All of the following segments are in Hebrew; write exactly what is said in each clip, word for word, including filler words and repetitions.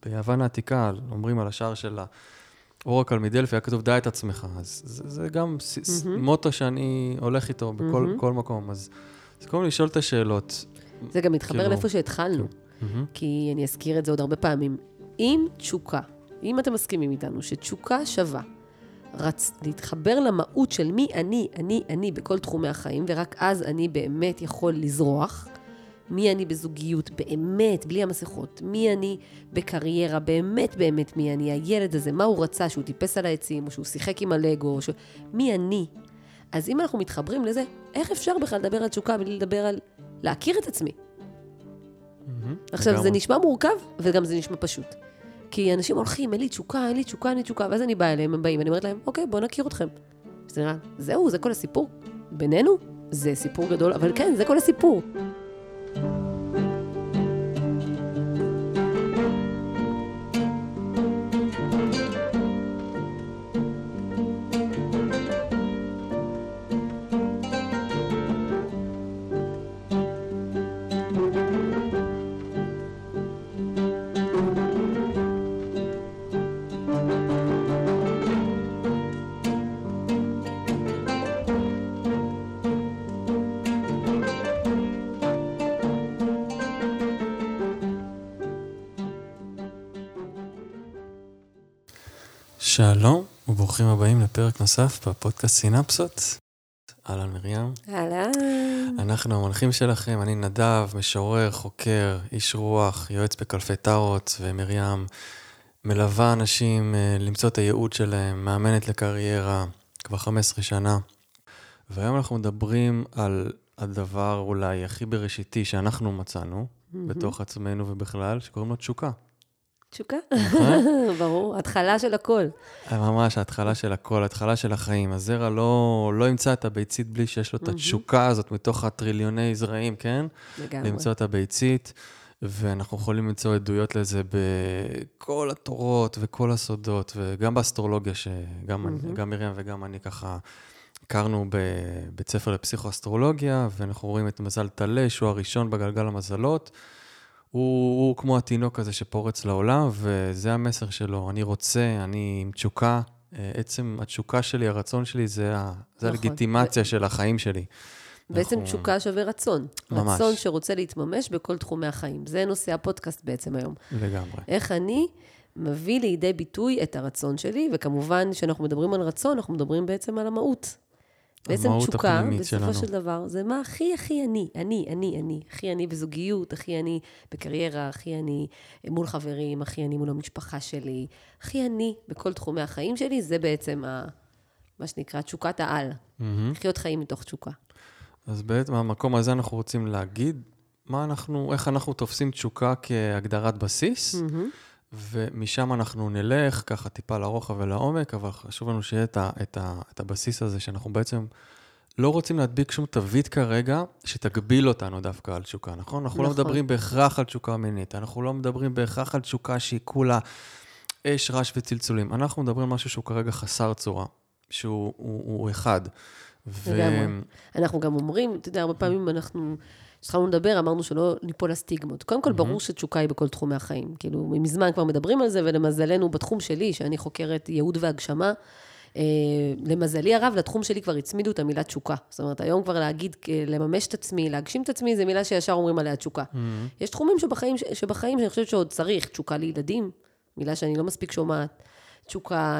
ביוון העתיקה, אומרים על השער של האורקל מדלפי, היה כתוב דע את עצמך, אז זה, זה גם mm-hmm. מוטו שאני הולך איתו בכל mm-hmm. כל מקום, אז זה קודם לשאול את השאלות. זה גם מתחבר כאילו... לאיפה שהתחלנו, mm-hmm. כי אני אזכיר את זה עוד הרבה פעמים. אם תשוקה, אם אתם מסכימים איתנו, שתשוקה שווה, רץ להתחבר למהות של מי אני, אני, אני בכל תחומי החיים, ורק אז אני באמת יכול לזרוח, מי אני בזוגיות, באמת, בלי המסכות, מי אני בקריירה, באמת, באמת מי אני, הילד הזה, מה הוא רצה, שהוא טיפס על העצים, או שהוא שיחק עם הלגו, ש... מי אני. אז אם אנחנו מתחברים לזה, איך אפשר בכלל לדבר על תשוקה, בלי לדבר על להכיר את עצמי? Mm-hmm, עכשיו, לגמרי. זה נשמע מורכב, וגם זה נשמע פשוט. כי אנשים הולכים, אין לי תשוקה, אין לי תשוקה, אין לי תשוקה, ואז אני באה אליהם, הם באים, אני אומרת להם, אוקיי, בואו נכיר אתכם. אז נראה, זהו, זה כל הסיפור. בינינו, זה סיפור גדול, אבל כן, זה כל הסיפור. שלום וברוכים הבאים לפרק נוסף בפודקאסט סינפסות. אהלן מרים. אהלן. אנחנו המנחים שלכם, אני נדב, משורר, חוקר, איש רוח, יועץ בקלפי טארוט, ומרים מלווה אנשים למצוא את הייעוד שלהם, מאמנת לקריירה כבר חמש עשרה שנה. והיום אנחנו מדברים על הדבר אולי הכי בראשיתי שאנחנו מצאנו, mm-hmm. בתוך עצמנו ובכלל, שקוראים לו תשוקה. תשוקה? ברור, התחלה של הכל. ממש, ההתחלה של הכל, ההתחלה של החיים. הזרע לא, לא ימצא את הביצית בלי שיש לו את התשוקה הזאת מתוך הטריליוני זרעים, כן? לגמרי. למצוא את הביצית, ואנחנו יכולים למצוא עדויות לזה בכל התורות וכל הסודות, וגם באסטרולוגיה, שגם אני, גם מרים וגם אני ככה הכרנו בבית ספר לפסיכואסטרולוגיה, ואנחנו רואים את מזל טלה, שהוא הראשון בגלגל המזלות, הוא, הוא כמו התינוק הזה שפורץ לעולם, וזה המסר שלו. אני רוצה, אני עם תשוקה. עצם התשוקה שלי, הרצון שלי, זה, ה, זה נכון. הלגיטימציה ו... של החיים שלי. בעצם אנחנו... תשוקה שווה רצון. ממש. רצון שרוצה להתממש בכל תחומי החיים. זה נושא הפודקאסט בעצם היום. לגמרי. איך אני מביא לידי ביטוי את הרצון שלי, וכמובן שאנחנו מדברים על רצון, אנחנו מדברים בעצם על המהות. בעצם תשוקה, בסופו של דבר, זה מה הכי הכי אני, אני, אני, אני, הכי אני בזוגיות, הכי אני בקריירה, הכי אני מול חברים, הכי אני מול המשפחה שלי, הכי אני בכל תחומי החיים שלי, זה בעצם ה, מה שנקרא תשוקת העל, לחיות חיים מתוך תשוקה. אז בעצם מהמקום הזה אנחנו רוצים להגיד, מה אנחנו, איך אנחנו תופסים תשוקה כהגדרת בסיס, ומשם אנחנו נלך ככה טיפה לרוחב ולעומק, אבל חשוב לנו שיהיה את, ה, את, ה, את הבסיס הזה, שאנחנו בעצם לא רוצים להדביק שום תווית כרגע, שתגביל אותנו דווקא על תשוקה, נכון? אנחנו נכון. לא מדברים בהכרח על תשוקה מינית, אנחנו לא מדברים בהכרח על תשוקה שהיא כולה אש, רש וצלצולים, אנחנו מדברים על משהו שהוא כרגע חסר צורה, שהוא הוא, הוא אחד. ו... אנחנו גם אומרים, אתה יודע, הרבה פעמים אנחנו... כשתחלנו לדבר, אמרנו שלא ניפול לסטיגמות. קודם כל, ברור שתשוקה היא בכל תחומי החיים. כאילו, מזמן כבר מדברים על זה, ולמזלנו בתחום שלי, שאני חוקרת ייעוד והגשמה, למזלי הרב, לתחום שלי כבר הצמידו את המילה תשוקה. זאת אומרת, היום כבר להגיד, לממש את עצמי, להגשים את עצמי, זה מילה שישר אומרים עליה תשוקה. יש תחומים שבחיים, שבחיים שאני חושבת שעוד צריך, תשוקה לילדים, מילה שאני לא מספיק שומעת, תשוקה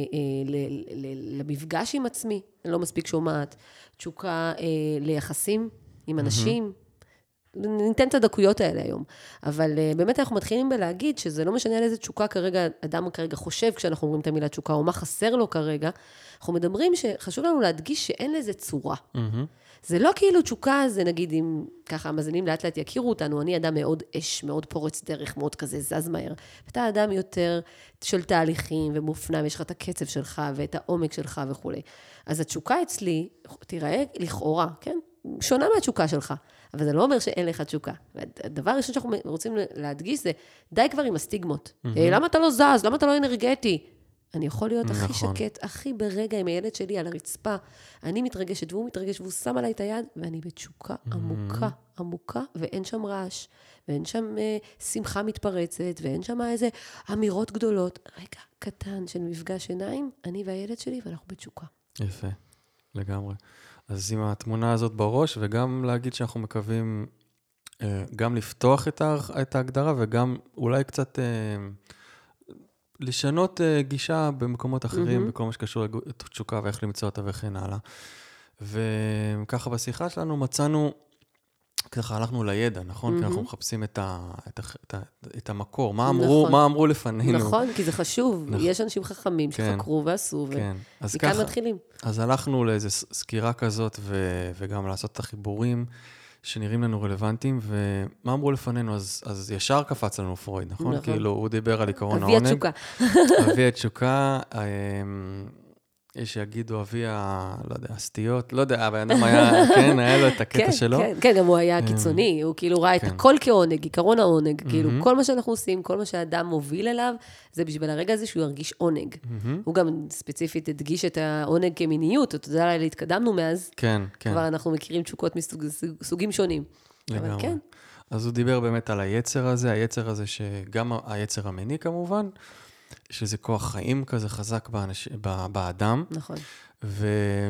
למפגש עם עצמי, אני לא מספיק שומעת, תשוקה ליחסים עם אנשים, ניתן את הדקויות האלה היום. אבל uh, באמת אנחנו מתחילים בלהגיד שזה לא משנה על איזה תשוקה כרגע, אדם כרגע חושב כשאנחנו אומרים את המילה תשוקה, או מה חסר לו כרגע, אנחנו מדברים שחשוב לנו להדגיש שאין לזה צורה. Mm-hmm. זה לא כאילו תשוקה, זה נגיד אם ככה המאזינים לאט לאט יכירו אותנו, אני אדם מאוד אש, מאוד פורץ דרך, מאוד כזה זז מהר. ואתה אדם יותר של תהליכים ומופנם, יש לך את הקצב שלך ואת העומק שלך וכו'. אז התשוקה אצלי, תראה לכאורה, כן? שונה מהתשוקה שלך, אבל זה לא אומר שאין לך תשוקה. והדבר הראשון שאנחנו רוצים להדגיש זה, די כבר עם הסטיגמות. למה אתה לא זז? למה אתה לא אנרגטי? אני יכול להיות נכון. הכי שקט, הכי ברגע עם הילד שלי על הרצפה. אני מתרגשת והוא מתרגש והוא שם עליי את היד, ואני בתשוקה עמוקה, עמוקה, ואין שם רעש, ואין שם אה, שמחה מתפרצת, ואין שם איזה אמירות גדולות. רגע קטן של מפגש עיניים, אני והילד שלי, ואנחנו בתשוקה. יפה, לגמרי. אז עם התמונה הזאת בראש, וגם להגיד שאנחנו מקווים אה, גם לפתוח את, ה, את ההגדרה, וגם אולי קצת... אה, לשנות uh, גישה במקומות אחרים, mm-hmm. בכל מה שקשור לתשוקה ואיך למצוא אותה וכן הלאה. וככה בשיחה שלנו מצאנו, ככה הלכנו לידע, נכון? Mm-hmm. כי אנחנו מחפשים את, ה, את, ה, את, ה, את המקור. מה אמרו, נכון. מה אמרו לפנינו? נכון, כי זה חשוב. נכון. יש אנשים חכמים כן. שחקרו ועשו, כן. ומכאן ככה, מתחילים. אז הלכנו לאיזו סקירה כזאת, ו, וגם לעשות את החיבורים, שנראים לנו רלוונטיים, ומה אמרו לפנינו? אז, אז ישר קפץ לנו פרויד, נכון? נכון. כאילו, הוא דיבר על עיקרון העונג. אבי התשוקה. אבי התשוקה, יש שיגידו אבי ה... לא יודע, הסטיות, לא יודע, אבל אדם היה, כן, היה לו את הקטע כן, שלו. כן, כן, גם הוא היה קיצוני, הוא כאילו ראה את הכל כעונג, עיקרון העונג, כאילו, כל מה שאנחנו עושים, כל מה שהאדם מוביל אליו, זה בשביל הרגע הזה שהוא ירגיש עונג. הוא גם ספציפית הדגיש את העונג כמיניות, אתה יודע, להתקדמנו מאז. כן, כן. כבר אנחנו מכירים תשוקות מסוגים שונים. אבל כן. אז הוא דיבר באמת על היצר הזה, היצר הזה שגם היצר המיני כמובן, שזה כוח חיים כזה חזק באנש... באדם. נכון. ו...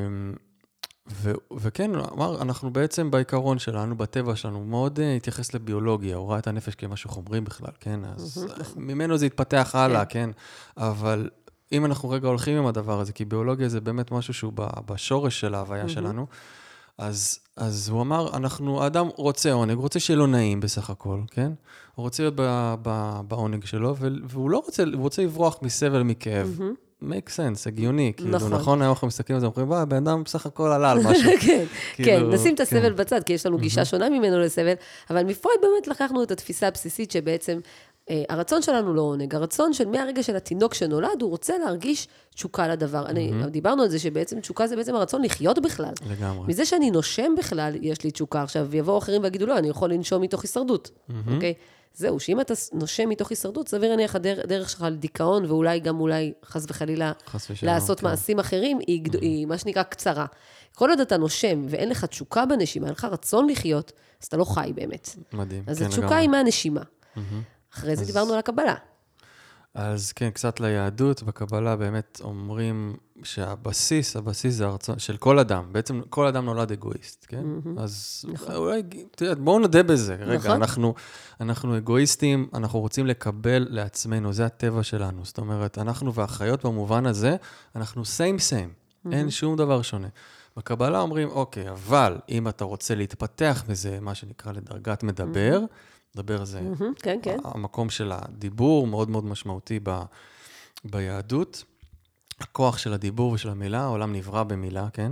ו... וכן, אמר, אנחנו בעצם בעיקרון שלנו, בטבע שלנו, מאוד התייחס לביולוגיה, הוא ראה את הנפש כמשהו חומרי בכלל, כן? אז ממנו זה התפתח הלאה, כן? אבל אם אנחנו רגע הולכים עם הדבר הזה, כי ביולוגיה זה באמת משהו שהוא בשורש של ההוויה שלנו, אז, אז הוא אמר, אנחנו, האדם רוצה עונג, הוא רוצה שיהיה לו נעים בסך הכל, כן? הוא רוצה להיות ב, ב, בעונג שלו, והוא לא רוצה, הוא רוצה לברוח מסבל, מכאב. make sense, הגיוני. כאילו, נכון. נכון, היום אנחנו מסתכלים על זה, אומרים, בא, בן אדם בסך הכל עלה על משהו. כן, כן, נשים את הסבל בצד, כי יש לנו גישה שונה ממנו לסבל, אבל מפרויד באמת לקחנו את התפיסה הבסיסית שבעצם, הרצון שלנו לא עונג, הרצון של מהרגע של התינוק שנולד, הוא רוצה להרגיש תשוקה לדבר. אני, דיברנו על זה שבעצם תשוקה זה בעצם הרצון לחיות בכלל. לגמרי. מזה שאני נושם בכלל, יש לי תשוקה. עכשיו, יבואו אחרים ויגידו, לא, אני יכול לנשום מתוך הישרדות. אוקיי? זהו, שאם אתה נושם מתוך הישרדות, סביר להניח הדרך שלך לדיכאון, ואולי גם אולי, חס וחלילה, לעשות מעשים אחרים, היא מה שנקרא קצרה. כל עוד אתה נושם, ואין לך תשוקה בנשימה, אין לך רצון לחיות, אז אתה לא חי באמת. מדהים. אז התשוקה היא מהנשימה. אחרי זה דיברנו על הקבלה. אז כן, קצת ליהדות, בקבלה באמת אומרים שהבסיס, הבסיס זה הרצון של כל אדם. בעצם כל אדם נולד אגואיסט, כן? אז אולי, בואו נדע בזה. רגע, אנחנו, אנחנו אגואיסטים, אנחנו רוצים לקבל לעצמנו, זה הטבע שלנו. זאת אומרת, אנחנו והחיות במובן הזה, אנחנו same same. אין שום דבר שונה. בקבלה אומרים, אוקיי, אבל אם אתה רוצה להתפתח בזה, מה שנקרא לדרגת מדבר, לדבר זה כן, כן. המקום של הדיבור, מאוד מאוד משמעותי ב, ביהדות. הכוח של הדיבור ושל המילה, העולם נברא במילה, כן?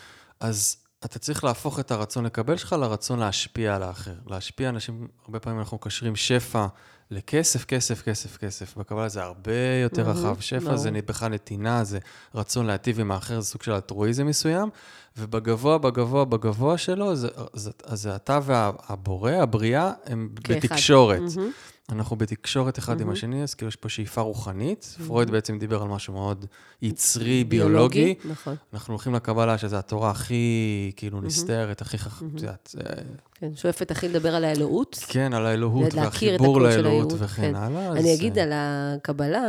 אז אתה צריך להפוך את הרצון לקבל שלך לרצון להשפיע על האחר. להשפיע אנשים, הרבה פעמים אנחנו קשרים שפע לכסף, כסף, כסף, כסף. בקבלה זה הרבה יותר רחב. שפע זה בכלל נתינה, זה רצון להטיב עם האחר, זה סוג של אלטרואיזם מסוים, ובגבוה, בגבוה, בגבוה שלו, זה, זה, זה אתה והבורא, הבריאה, הם בתקשורת. אנחנו בתקשורת אחד עם השני, אז כאילו יש פה שאיפה רוחנית. פרויד בעצם דיבר על משהו מאוד יצרי, ביולוגי. אנחנו הולכים לקבלה, שזו התורה הכי, כאילו, נסתרת, הכי חכמת. כן, שואפת הכי לדבר על האלוהות. כן, על האלוהות והחיבור לאלוהות וכן הלאה. אני אגיד על הקבלה,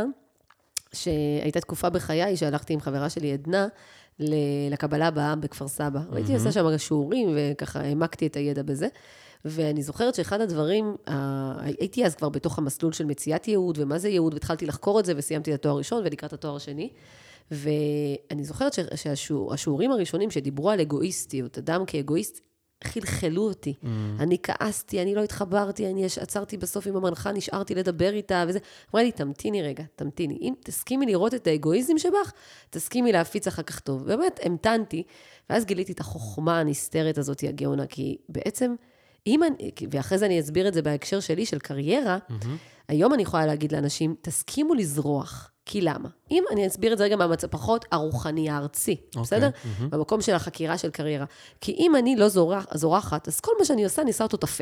שהייתה תקופה בחיי, שהלכתי עם חברה שלי, עדנה, לקבלה הבאה בכפר סבא. ראיתי עושה שם שיעורים, וככה העמקתי את הידע בזה. ואני זוכרת שאחד הדברים, הייתי אז כבר בתוך המסלול של מציאת ייעוד, ומה זה ייעוד, והתחלתי לחקור את זה, וסיימתי את התואר הראשון, ולקראת התואר השני. ואני זוכרת שהשיעורים הראשונים שדיברו על אגואיסטיות, אדם כאגואיסט, חלחלו אותי. Mm. אני כעסתי, אני לא התחברתי, אני עצרתי בסוף עם המנחה, נשארתי לדבר איתה, וזה. אמרה לי, תמתיני רגע, תמתיני. אם תסכימי לראות את האגואיזם שבך, תסכימי להפיץ אחר כך טוב. באמת, המתנתי, ואז גיליתי את החוכמה הנסתרת הזאת, הגאונה, כי בעצם, אם אני, ואחרי זה אני אסביר את זה בהקשר שלי, של קריירה, mm-hmm. היום אני יכולה להגיד לאנשים, תסכימו לזרוח. כי למה? אם אני אסביר את זה רגע מהמצב פחות הרוחני, הארצי, okay, בסדר? Mm-hmm. במקום של החקירה של קריירה. כי אם אני לא זורח, זורחת, אז כל מה שאני עושה ניסה אותו תפל.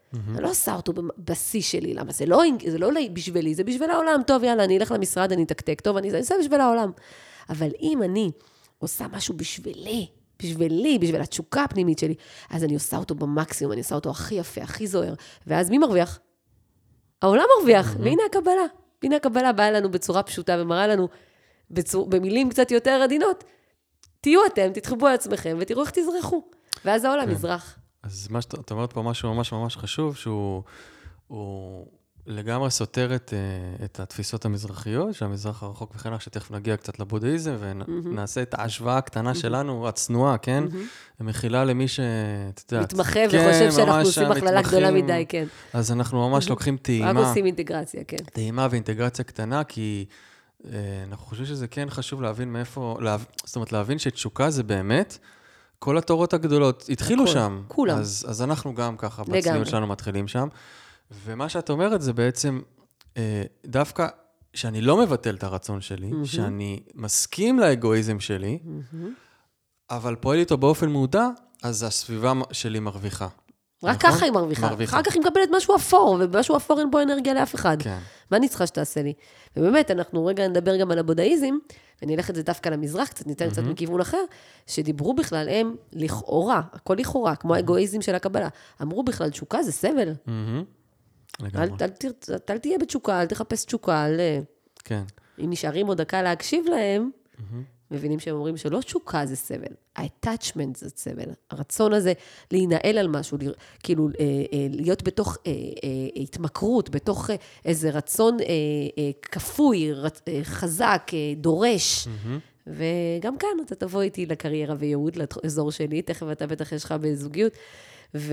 אני לא עושה אותו בשיא שלי, למה? זה לא, זה לא בשבילי, זה בשביל העולם. טוב, יאללה, אני אלך למשרד, אני אתקתק, טוב, אני אעשה בשביל העולם. אבל אם אני עושה משהו בשבילי, בשבילי, בשביל התשוקה הפנימית שלי, אז אני עושה אותו במקסימום, אני עושה אותו הכי יפה, הכי זוהר. ואז מי מרוויח? העולם מרוויח, והנה הקבלה. הנה הקבלה באה לנו בצורה פשוטה, ומראה לנו בצור, במילים קצת יותר עדינות. תהיו אתם, תתחבו על עצמכם, ותראו איך תזרחו. ואז העולם כן. יזרח. אז מה שאת אומרת פה משהו ממש ממש חשוב, שהוא הוא לגמרי סותר את, את התפיסות המזרחיות, שהמזרח הרחוק וכן לך, שתכף נגיע קצת לבודהיזם, ונעשה את ההשוואה הקטנה שלנו, הצנועה, כן? ומכילה למי ש... מתמחה וחושב שאנחנו עושים הכללה גדולה מדי, כן. אז אנחנו ממש לוקחים טעימה. רק עושים אינטגרציה, כן. טעימה ואינטגרציה קטנה, כי אנחנו חושבים שזה כן חשוב להבין מאיפה, זאת אומרת, להבין שתשוקה זה באמת, כל התורות הגדולות התחילו שם. כולם. אז, אז אנחנו גם ככה, בצניעות שלנו מתחילים שם. ומה שאת אומרת זה בעצם, אה, דווקא שאני לא מבטל את הרצון שלי, mm-hmm. שאני מסכים לאגואיזם שלי, mm-hmm. אבל פועל איתו באופן מודע, אז הסביבה שלי מרוויחה. רק נכון? ככה היא מרוויחה. מרוויחה. אחר כך היא מקבלת משהו אפור, ובמשהו אפור אין בו אנרגיה לאף אחד. כן. מה אני צריכה שתעשה לי? ובאמת, אנחנו רגע נדבר גם על הבודהיזם, ונלך את זה דווקא למזרח, קצת ניתן mm-hmm. קצת מכיוון אחר, שדיברו בכלל הם לכאורה, הכל לכאורה, כמו האגואיזם של הקבלה. אמרו בכלל, תשוקה זה סבל. Mm-hmm. אל, אל, אל, אל תהיה בתשוקה, אל תחפש תשוקה, אל... כן. אם נשארים עוד דקה להקשיב להם, mm-hmm. מבינים שהם אומרים שלא תשוקה זה סבל, ה-attachment זה סבל, הרצון הזה להינעל על משהו, כאילו להיות בתוך התמכרות, בתוך איזה רצון כפוי, חזק, דורש, וגם כאן אתה תבוא איתי לקריירה וייעוד, לאזור שלי, תכף אתה בטח יש לך בזוגיות, ו...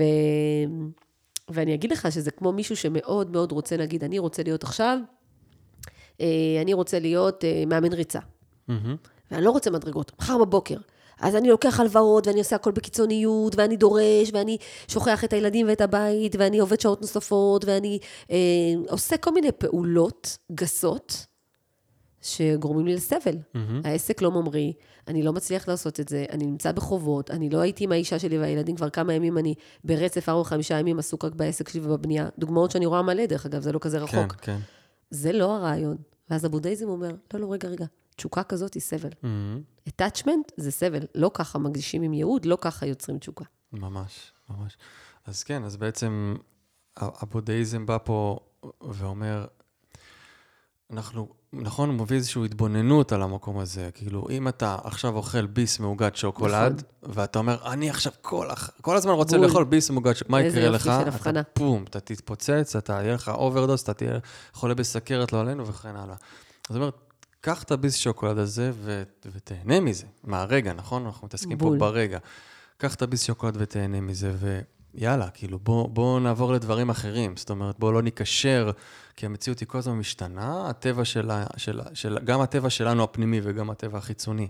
ואני אגיד לך שזה כמו מישהו שמאוד מאוד רוצה להגיד, אני רוצה להיות עכשיו, אני רוצה להיות מאמן ריצה. ואני לא רוצה מדרגות, מחר בבוקר. אז אני לוקח הלוואות, ואני עושה הכל בקיצוניות, ואני דורש, ואני שוכח את הילדים ואת הבית, ואני עובד שעות נוספות, ואני אה, עושה כל מיני פעולות גסות, שגורמים לי לסבל. Mm-hmm. העסק לא ממריא, אני לא מצליח לעשות את זה, אני נמצא בחובות, אני לא הייתי עם האישה שלי והילדים, כבר כמה ימים אני ברצף, ארבע חמישה ימים עסוק רק בעסק שלי ובבנייה. דוגמאות שאני רואה מלא, דרך אגב, זה לא כזה רחוק. כן, כן. זה לא הרעיון. ואז הבודהיזם אומר, לא, לא, רגע, רגע. תשוקה כזאת היא סבל. Mm-hmm. attachment זה סבל. לא ככה מגדישים עם ייעוד, לא ככה יוצרים תשוקה. ממש, ממש. אז כן, אז בעצם הבודהיזם בא פה ואומר, אנחנו, נכון, הוא מביא איזושהי התבוננות על המקום הזה. כאילו, אם אתה עכשיו אוכל ביס מעוגת שוקולד, נכון. ואתה אומר, אני עכשיו כל, כל הזמן רוצה בול. לאכול ביס מעוגת שוקולד, מה יקרה לך? אתה פום, אתה תתפוצץ, אתה יהיה לך אוברדוס, אתה תהיה חולה בסכרת לא עלינו וכן הלאה. זאת אומרת, קח את הביס שוקולד הזה ו- ותהנה מזה, מהרגע, נכון? אנחנו מתעסקים בול. פה ברגע. קח את הביס שוקולד ותהנה מזה, ויאללה, כאילו, בוא, בוא נעבור לדברים אחרים. זאת אומרת, בוא לא ניקשר, כי המציאות היא כל הזמן משתנה, הטבע שלה, שלה, שלה, גם הטבע שלנו הפנימי וגם הטבע החיצוני,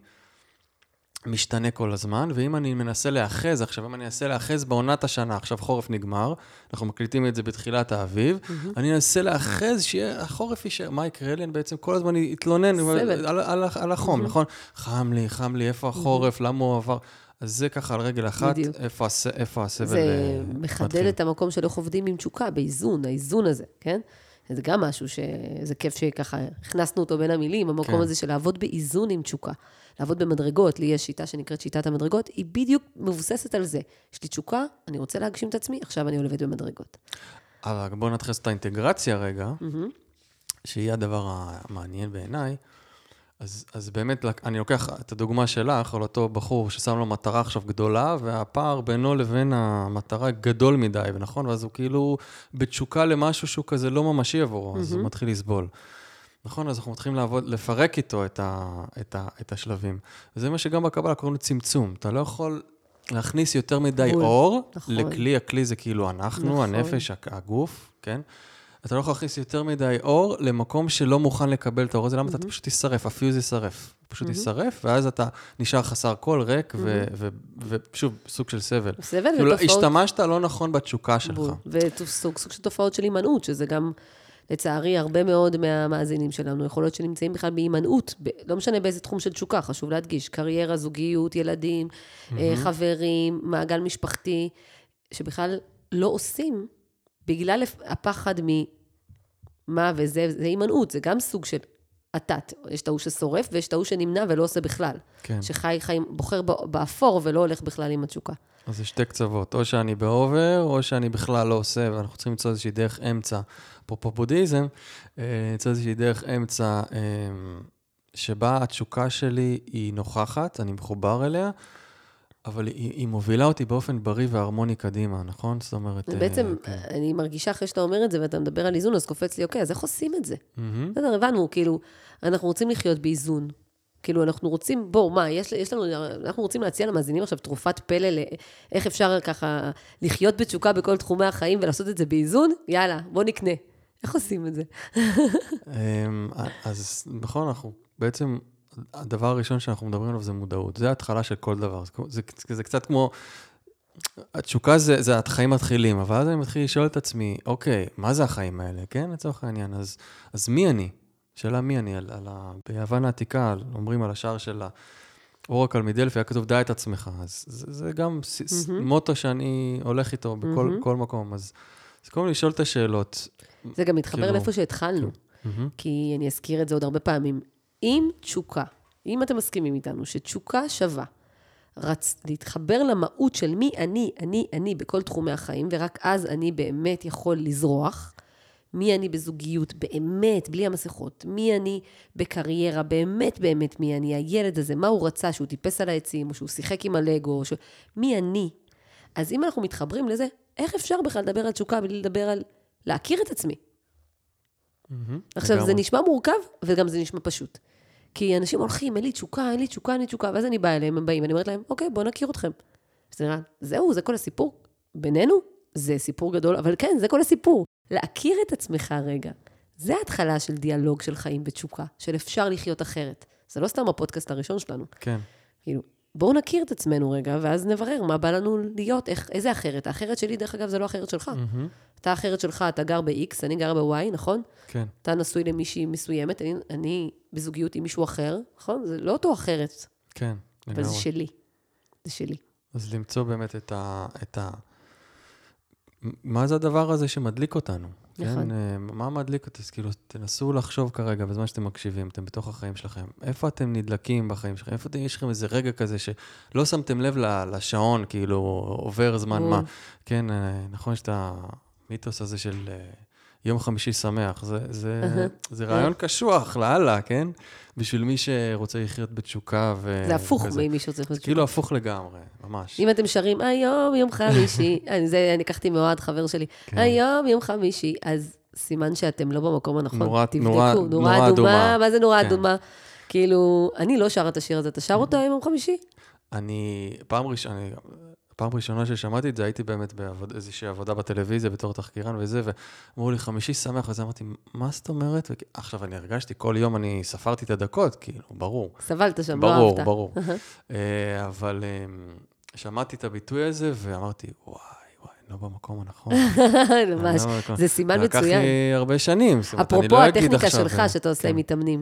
משתנה כל הזמן, ואם אני מנסה לאחז, עכשיו אם אני אנסה לאחז בעונת השנה, עכשיו חורף נגמר, אנחנו מקליטים את זה בתחילת האביב, mm-hmm. אני אנסה לאחז שיהיה, החורף יישאר, מה יקרה לי? אני בעצם כל הזמן יתלונן על, על, על, על החום, mm-hmm. נכון? חם לי, חם לי, איפה החורף, mm-hmm. למה הוא עבר? אז זה ככה על רגל אחת, איפה, הס, איפה הסבל מתחיל. זה מחדל את המקום של איך עובדים עם תשוקה, באיזון, האיזון הזה, כן? זה גם משהו שזה כיף שככה הכנסנו אותו בין המילים, המקום כן. הזה של לעבוד באיזון עם תשוקה. לעבוד במדרגות, לי יש שיטה שנקראת שיטת המדרגות, היא בדיוק מבוססת על זה. יש לי תשוקה, אני רוצה להגשים את עצמי, עכשיו אני עובד במדרגות. אבל בואו נתחיל את האינטגרציה רגע, mm-hmm. שהיא הדבר המעניין בעיניי. אז, אז באמת, אני לוקח את הדוגמה שלך, על אותו בחור ששם לו מטרה עכשיו גדולה, והפער בינו לבין המטרה גדול מדי, ונכון? ואז הוא כאילו בתשוקה למשהו שהוא כזה לא ממשי עבורו, mm-hmm. אז הוא מתחיל לסבול. נכון, אז אנחנו מתחילים לעבוד, לפרק איתו את, ה, את, ה, את השלבים. וזה מה שגם בקבלה קוראים לו צמצום. אתה לא יכול להכניס יותר מדי בול. אור נכון. לכלי, הכלי זה כאילו אנחנו, נכון. הנפש, הגוף, כן? אתה לא יכול להכניס יותר מדי אור למקום שלא מוכן לקבל את האור הזה, למה mm-hmm. אתה פשוט תשרף, הפיוז ישרף. פשוט mm-hmm. ישרף, ואז אתה נשאר חסר כל ריק, mm-hmm. ושוב, סוג של סבל. סבל כאילו, ותופעות... השתמשת לא נכון בתשוקה שלך. וסוג של תופעות של הימנעות, שזה גם... לצערי, הרבה מאוד מהמאזינים שלנו, יכול להיות שנמצאים בכלל בהימנעות, ב- לא משנה באיזה תחום של תשוקה, חשוב להדגיש, קריירה, זוגיות, ילדים, mm-hmm. חברים, מעגל משפחתי, שבכלל לא עושים בגלל הפחד ממה וזה, זה הימנעות, זה גם סוג של עתת. יש את ההוא ששורף, ויש את ההוא שנמנע ולא עושה בכלל. כן. שחי חיים, בוחר באפור ולא הולך בכלל עם התשוקה. אז זה שתי קצוות, או שאני באובר, או שאני בכלל לא עושה, ואנחנו צריכים למצוא איזושהי דרך אמצע. אפרופו בודהיזם, למצוא איזושהי דרך אמצע, שבה התשוקה שלי היא נוכחת, אני מחובר אליה, אבל היא, היא מובילה אותי באופן בריא והרמוני קדימה, נכון? זאת אומרת... בעצם, כן. אני מרגישה אחרי שאתה אומר את זה, ואתה מדבר על איזון, אז קופץ לי, אוקיי, אז איך עושים את זה? Mm-hmm. בסדר, הבנו, כאילו, אנחנו רוצים לחיות באיזון. כאילו, אנחנו רוצים, בואו, מה, יש, יש לנו, אנחנו רוצים להציע למאזינים עכשיו תרופת פלא, איך אפשר ככה לחיות בתשוקה בכל תחומי החיים, ולעשות את זה באיזון? יאללה, בוא נקנה. איך עושים את זה? אז נכון, אנחנו בעצם... הדבר הראשון שאנחנו מדברים עליו זה מודעות. זה ההתחלה של כל דבר. זה, זה, זה קצת כמו... התשוקה זה, זה החיים מתחילים, אבל אז אני מתחיל לשאול את עצמי, אוקיי, מה זה החיים האלה? כן, לצורך העניין. אז, אז מי אני? שאלה מי אני? על, על ה... ביוון העתיקה, אומרים על השער של האורקל מדלפי, היה כתוב, דע את עצמך. אז זה, זה גם mm-hmm. מוטו שאני הולך איתו בכל mm-hmm. כל מקום. אז זה קודם לשאול את השאלות. זה גם מתחבר כאילו... לאיפה שהתחלנו. Mm-hmm. כי אני אזכיר את זה עוד הרבה פעמים. אם תשוקה, אם אתם מסכימים איתנו, שתשוקה שווה, רץ להתחבר למהות של מי אני, אני, אני בכל תחומי החיים, ורק אז אני באמת יכול לזרוח, מי אני בזוגיות, באמת, בלי המסכות, מי אני בקריירה, באמת, באמת מי אני, הילד הזה, מה הוא רצה, שהוא טיפס על העצים, או שהוא שיחק עם הלגו, ש... מי אני. אז אם אנחנו מתחברים לזה, איך אפשר בכלל לדבר על תשוקה, בלי לדבר על להכיר את עצמי? עכשיו, זה נשמע מורכב, וגם זה נשמע פשוט. כי אנשים הולכים, אין לי תשוקה, אין לי תשוקה, אין לי תשוקה, ואז אני באה אליהם, הם באים, ואני אומרת להם, אוקיי, בואו נכיר אתכם. זהו, זה כל הסיפור. בינינו, זה סיפור גדול, אבל כן, זה כל הסיפור. להכיר את עצמך רגע. זה ההתחלה של דיאלוג של חיים בתשוקה, של אפשר לחיות אחרת. זה לא סתם הפודקאסט הראשון שלנו. כן. כאילו, בואו נכיר את עצמנו רגע, ואז נברר מה בא לנו להיות, איך, איזה אחרת. האחרת שלי, דרך אגב, זה לא אחרת שלך. Mm-hmm. אתה האחרת שלך, אתה גר ב-X, אני גר ב-Y, נכון? כן. אתה נשוי למישהי מסוימת, אני, אני בזוגיות עם מישהו אחר, נכון? זה לא אותו אחרת. כן, אבל זה שלי. זה שלי. אז למצוא באמת את ה... את ה... מה זה הדבר הזה שמדליק אותנו? נכון. כן? מה מדליק אותי? אז כאילו, תנסו לחשוב כרגע, בזמן שאתם מקשיבים, אתם בתוך החיים שלכם. איפה אתם נדלקים בחיים שלכם? איפה אתם, יש לכם איזה רגע כזה שלא שמתם לב לשעון, כאילו, עובר זמן מה? כן, נכון, יש את המיתוס הזה של יום חמישי שמח. זה, זה, זה רעיון קשוח, לאללה, כן? בשביל מי שרוצה לחיות בתשוקה ו... זה הפוך ממי שרוצה לחיות בתשוקה. כאילו הפוך לגמרי, ממש. אם אתם שרים, היום יום חמישי, זה אני לקחתי מאוהד, חבר שלי, היום יום חמישי, אז סימן שאתם לא במקום הנכון. תבדקו, נורה אדומה. מה זה נורה אדומה? כאילו, אני לא שר את השיר הזה, אתה שר אותו היום יום חמישי? אני, פעם ראשונה, פעם ראשונה ששמעתי את זה, הייתי באמת באיזושהי עבודה בטלוויזיה, בתור תחקירן וזה, ואמרו לי, חמישי שמח, ואז אמרתי, מה זאת אומרת? עכשיו, אני הרגשתי, כל יום אני ספרתי את הדקות, כאילו, ברור. סבלת שם, לא אהבת. ברור, ברור. אבל שמעתי את הביטוי הזה, ואמרתי, וואי, וואי, לא במקום הנכון. ממש, זה סימן מצוין. לקח לי הרבה שנים. אפרופו הטכניקה שלך, שאתה עושה עם מתאמנים.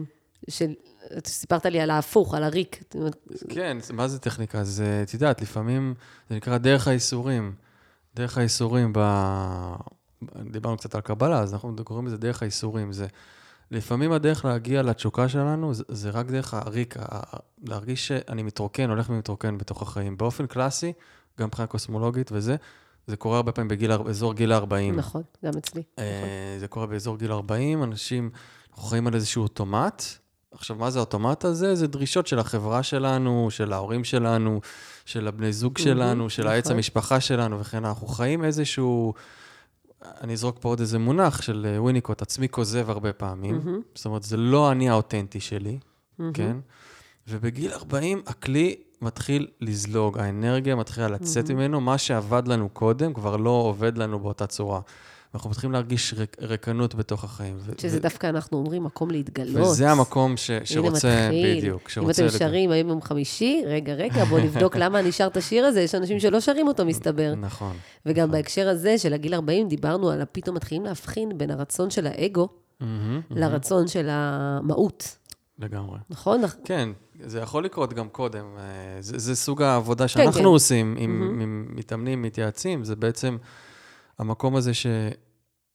סיפרת לי על ההפוך, על הריק. כן, מה זה טכניקה? זה, את יודעת, לפעמים זה נקרא דרך האיסורים. דרך האיסורים, ב... דיברנו קצת על קבלה, אז אנחנו קוראים לזה דרך האיסורים. זה, לפעמים הדרך להגיע לתשוקה שלנו, זה, זה רק דרך הריק, להרגיש שאני מתרוקן, הולך ומתרוקן בתוך החיים. באופן קלאסי, גם מבחינה קוסמולוגית וזה, זה קורה הרבה פעמים בגיל, באזור גיל ארבעים. נכון, גם אצלי. זה קורה באזור גיל ארבעים, אנשים חיים על איזשהו אוטומט. עכשיו, מה זה האוטומט הזה? זה דרישות של החברה שלנו, של ההורים שלנו, של הבני זוג שלנו, של העץ המשפחה שלנו, וכן אנחנו חיים איזשהו, אני אזרוק פה עוד איזה מונח של וויניקוט, עצמי כוזב הרבה פעמים, זאת אומרת, זה לא אני האותנטי שלי, כן? ובגיל ארבעים, הכלי מתחיל לזלוג, האנרגיה מתחילה לצאת ממנו, מה שעבד לנו קודם כבר לא עובד לנו באותה צורה. אנחנו מתחילים להרגיש ריקנות בתוך החיים. שזה דווקא אנחנו אומרים, מקום להתגלות. וזה המקום שרוצה, בדיוק, אם אתם שרים היום יום חמישי, רגע, רגע, בואו נבדוק למה אני שר את השיר הזה, יש אנשים שלא שרים אותו, מסתבר. נכון. וגם בהקשר הזה של הגיל ארבעים, דיברנו על פתאום מתחילים להבחין בין הרצון של האגו, לרצון של המהות. לגמרי. נכון? כן, זה יכול לקרות גם קודם. זה סוג העבודה שאנחנו עושים, עם מתאמנים, מתייעצים, זה בעצם המקום הזה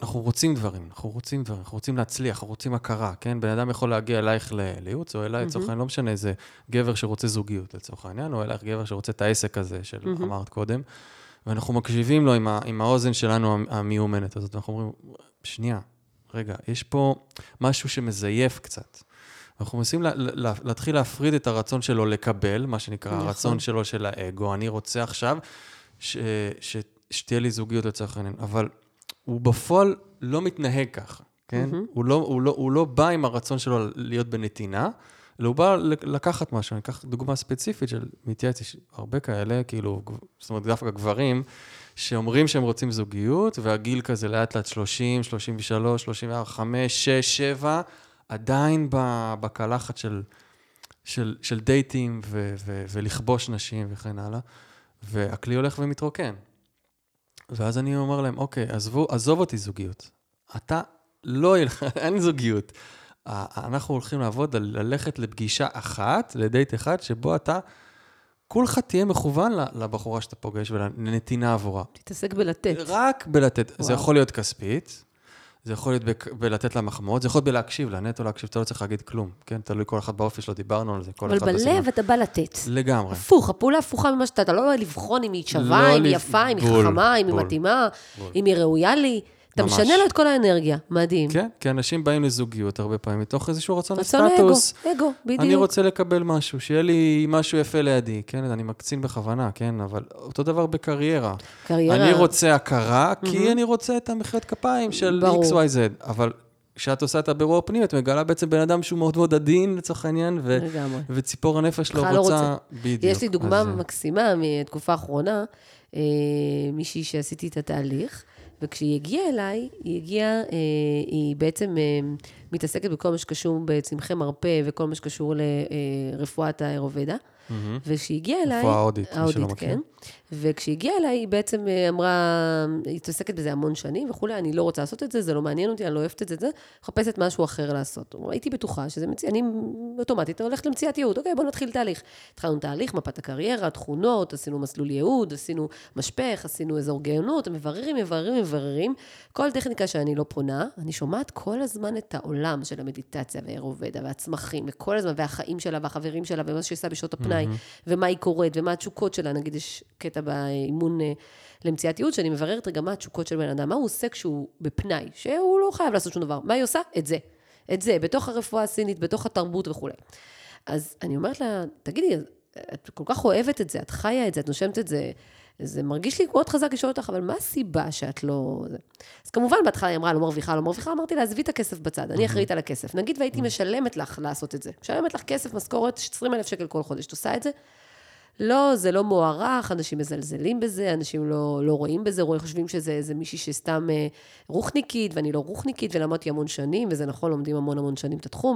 אנחנו רוצים דברים, אנחנו רוצים דברים, אנחנו רוצים להצליח, אנחנו רוצים הכרה, כן? בן אדם יכול להגיע אלייך לייעוץ, או אליי, לצורך העניין, לא משנה, איזה גבר שרוצה זוגיות, לצורך העניין, או אלייך גבר שרוצה את העסק הזה, של אמרת קודם, ואנחנו מקשיבים לו עם, ה, עם האוזן שלנו המיומנת הזאת, ואנחנו אומרים, שנייה, רגע, יש פה משהו שמזייף קצת. אנחנו מנסים לה, לה, להתחיל להפריד את הרצון שלו לקבל, מה שנקרא, נכון. הרצון שלו של האגו, אני רוצה עכשיו ש, ש, שתהיה לי זוגיות לצורך העניין, אבל הוא בפועל לא מתנהג ככה, כן? Mm-hmm. הוא, לא, הוא, לא, הוא לא בא עם הרצון שלו להיות בנתינה, אלא הוא בא לקחת משהו. אני אקח דוגמה ספציפית של מתייעץ, יש הרבה כאלה, כאילו, זאת אומרת, דווקא גברים, שאומרים שהם רוצים זוגיות, והגיל כזה לאט לאט שלושים, שלושים ושלוש, שלושים וחמש, שש, שבע, עדיין בקלחת של, של, של דייטים ו, ו, ולכבוש נשים וכן הלאה, והכלי הולך ומתרוקן. ואז אני אומר להם, אוקיי, עזבו, עזוב אותי זוגיות. אתה לא ילך, אין זוגיות. אנחנו הולכים לעבוד, ללכת לפגישה אחת, לדייט אחד, שבו אתה, כולך תהיה מכוון לבחורה שאתה פוגש, ולנתינה עבורה. תתעסק בלתת. רק בלתת. וואו. זה יכול להיות כספית, זה יכול להיות ב- בלתת לה מחמאות, זה יכול להיות בלהקשיב לה, נטו להקשיב, אתה לא צריך להגיד כלום, כן? תלוי כל אחד באופי שלו, דיברנו על זה, כל אבל אחד בלב בסימן. אתה בא לתת. לגמרי. הפוך, הפעולה הפוכה ממה שאתה, אתה לא לבחון אם היא שווה, לא אם היא לפ... יפה, אם היא בול, חכמה, אם בול, היא מתאימה, בול. אם היא ראויה לי. אתה ממש. משנה לו את כל האנרגיה, מדהים. כן, כי אנשים באים לזוגיות הרבה פעמים, מתוך איזשהו רצון רצון לסטטוס. אגו, אגו, בדיוק. אני רוצה לקבל משהו, שיהיה לי משהו יפה לידי, כן? אני מקצין בכוונה, כן? אבל אותו דבר בקריירה. קריירה. אני רוצה הכרה, כי אני רוצה את המחיאות כפיים של אקס וואי זד. אבל כשאת עושה את הבירור פנים, את מגלה בעצם בן אדם שהוא מאוד מאוד עדין, לצורך העניין, ו- וציפור הנפש לא רוצה, רוצה בדיוק. יש לי דוגמה אז... מקסימה מתקופה האחרונה, אה, מישהי שעשיתי את התהליך, וכשהיא הגיעה אליי, היא הגיעה, אה, היא בעצם אה, מתעסקת בכל מה שקשור בצמחי מרפא, וכל מה שקשור לרפואת האירובדה, mm-hmm. וכשהיא הגיעה אליי... רפואה ההודית, מי שלא מכיר. כן. וכשהיא הגיעה אליי, היא בעצם אמרה, היא התעסקת בזה המון שנים וכולי, אני לא רוצה לעשות את זה, זה לא מעניין אותי, אני לא אוהבת את זה, חפשת משהו אחר לעשות. הייתי בטוחה שזה מציא, אני אוטומטית הולכת למציאת ייעוד, אוקיי, בוא נתחיל תהליך. התחלנו תהליך, מפת הקריירה, תכונות, עשינו מסלול ייעוד, עשינו משפך, עשינו אזור גאונות, מבררים, מבררים, מבררים. כל טכניקה שאני לא פונה, אני שומעת כל הזמן את העולם של המדיטציה והאירובדה והצמחים, וכל הזמן, והחיים שלה והחברים שלה, ומה שעושה בשעות הפנאי, ומה היא קוראת, ומה התשוקות שלה, נגיד יש קטע באימון למציאת ייעוד, שאני מבררת רגע מה התשוקות של בן אדם, מה הוא עושה כשהוא בפנאי, שהוא לא חייב לעשות שום דבר, מה היא עושה? את זה, את זה, בתוך הרפואה הסינית, בתוך התרבות וכו'. אז אני אומרת לה, תגידי, את כל כך אוהבת את זה, את חיה את זה, את נושמת את זה, זה מרגיש לי מאוד חזק לשאול אותך, אבל מה הסיבה שאת לא... אז כמובן, בהתחלה היא אמרה, לא מרוויחה, לא מרוויחה, אמרתי לה, עזבי את הכסף בצד, אני אחראית על הכסף. נגיד והייתי משלמת לך לעשות את זה. משלמת לך כסף, משכורת, עשרים אלף שקל כל חודש, את עושה את זה? לא, זה לא מוערך, אנשים מזלזלים בזה, אנשים לא, לא רואים בזה, רואים, חושבים שזה זה מישהי שסתם אה, רוחניקית, ואני לא רוחניקית, ולמדתי המון שנים, וזה נכון, לומדים המון המון שנים את התחום.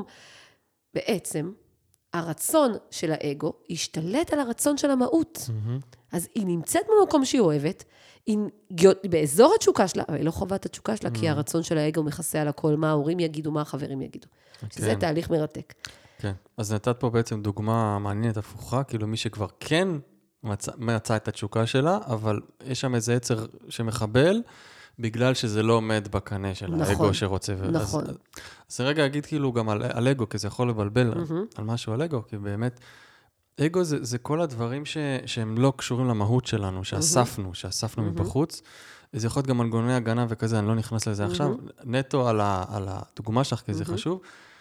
בעצם, הרצון של האגו השתלט על הרצון של המהות. Mm-hmm. אז היא נמצאת במקום שהיא אוהבת, היא באזור התשוקה שלה, אבל היא לא חובה את התשוקה שלה, mm-hmm. כי הרצון של האגו מכסה על הכל, מה ההורים יגידו, מה החברים יגידו. Okay. שזה תהליך מרתק. כן, אז נתת פה בעצם דוגמה מעניינת הפוכה, כאילו מי שכבר כן מצא, מצא את התשוקה שלה, אבל יש שם איזה יצר שמחבל, בגלל שזה לא עומד בקנה של נכון, האגו שרוצה. נכון. אז, אז רגע אגיד כאילו גם על, על אגו, כי זה יכול לבלבל mm-hmm. על, על משהו על אגו, כי באמת, אגו זה, זה כל הדברים ש, שהם לא קשורים למהות שלנו, שאספנו, mm-hmm. שאספנו mm-hmm. מבחוץ. זה יכול להיות גם מנגנוני הגנה וכזה, אני לא נכנס לזה mm-hmm. עכשיו. נטו על, ה, על הדוגמה שלך, כי mm-hmm. זה חשוב.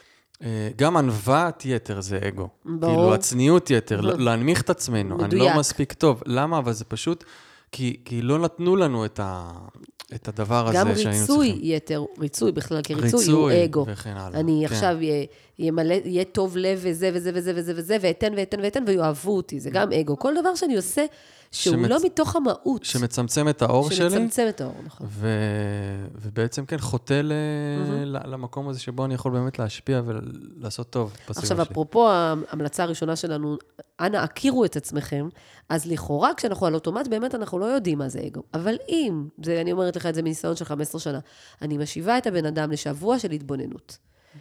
גם ענוות יתר זה אגו. ברור. כאילו, הצניעות יתר, להנמיך את עצמנו. מדויק. אני לא מספיק טוב. למה? אבל זה פשוט, כי, כי לא נתנו לנו את, ה, את הדבר הזה שהיינו צריכים. גם ריצוי יתר, ריצוי בכלל, כי ריצוי, ריצוי הוא אגו. וכן הלאה. אני כן. עכשיו ימלא, יהיה טוב לב וזה וזה וזה וזה וזה, ואתן ואתן ואתן, ויואהבו אותי. זה גם אגו. כל דבר שאני עושה, שהוא שמצ... לא מתוך המהות. שמצמצם את האור שמצמצם שלי. שמצמצם את האור, נכון. ו... ובעצם כן חוטא ל... mm-hmm. למקום הזה שבו אני יכול באמת להשפיע ולעשות טוב בסביבה עכשיו, שלי. אפרופו ההמלצה הראשונה שלנו, אנא, הכירו את עצמכם, אז לכאורה, כשאנחנו על אוטומט, באמת אנחנו לא יודעים מה זה אגו. אבל אם, זה, אני אומרת לך את זה מניסיון של חמש עשרה שנה, אני משיבה את הבן אדם לשבוע של התבוננות.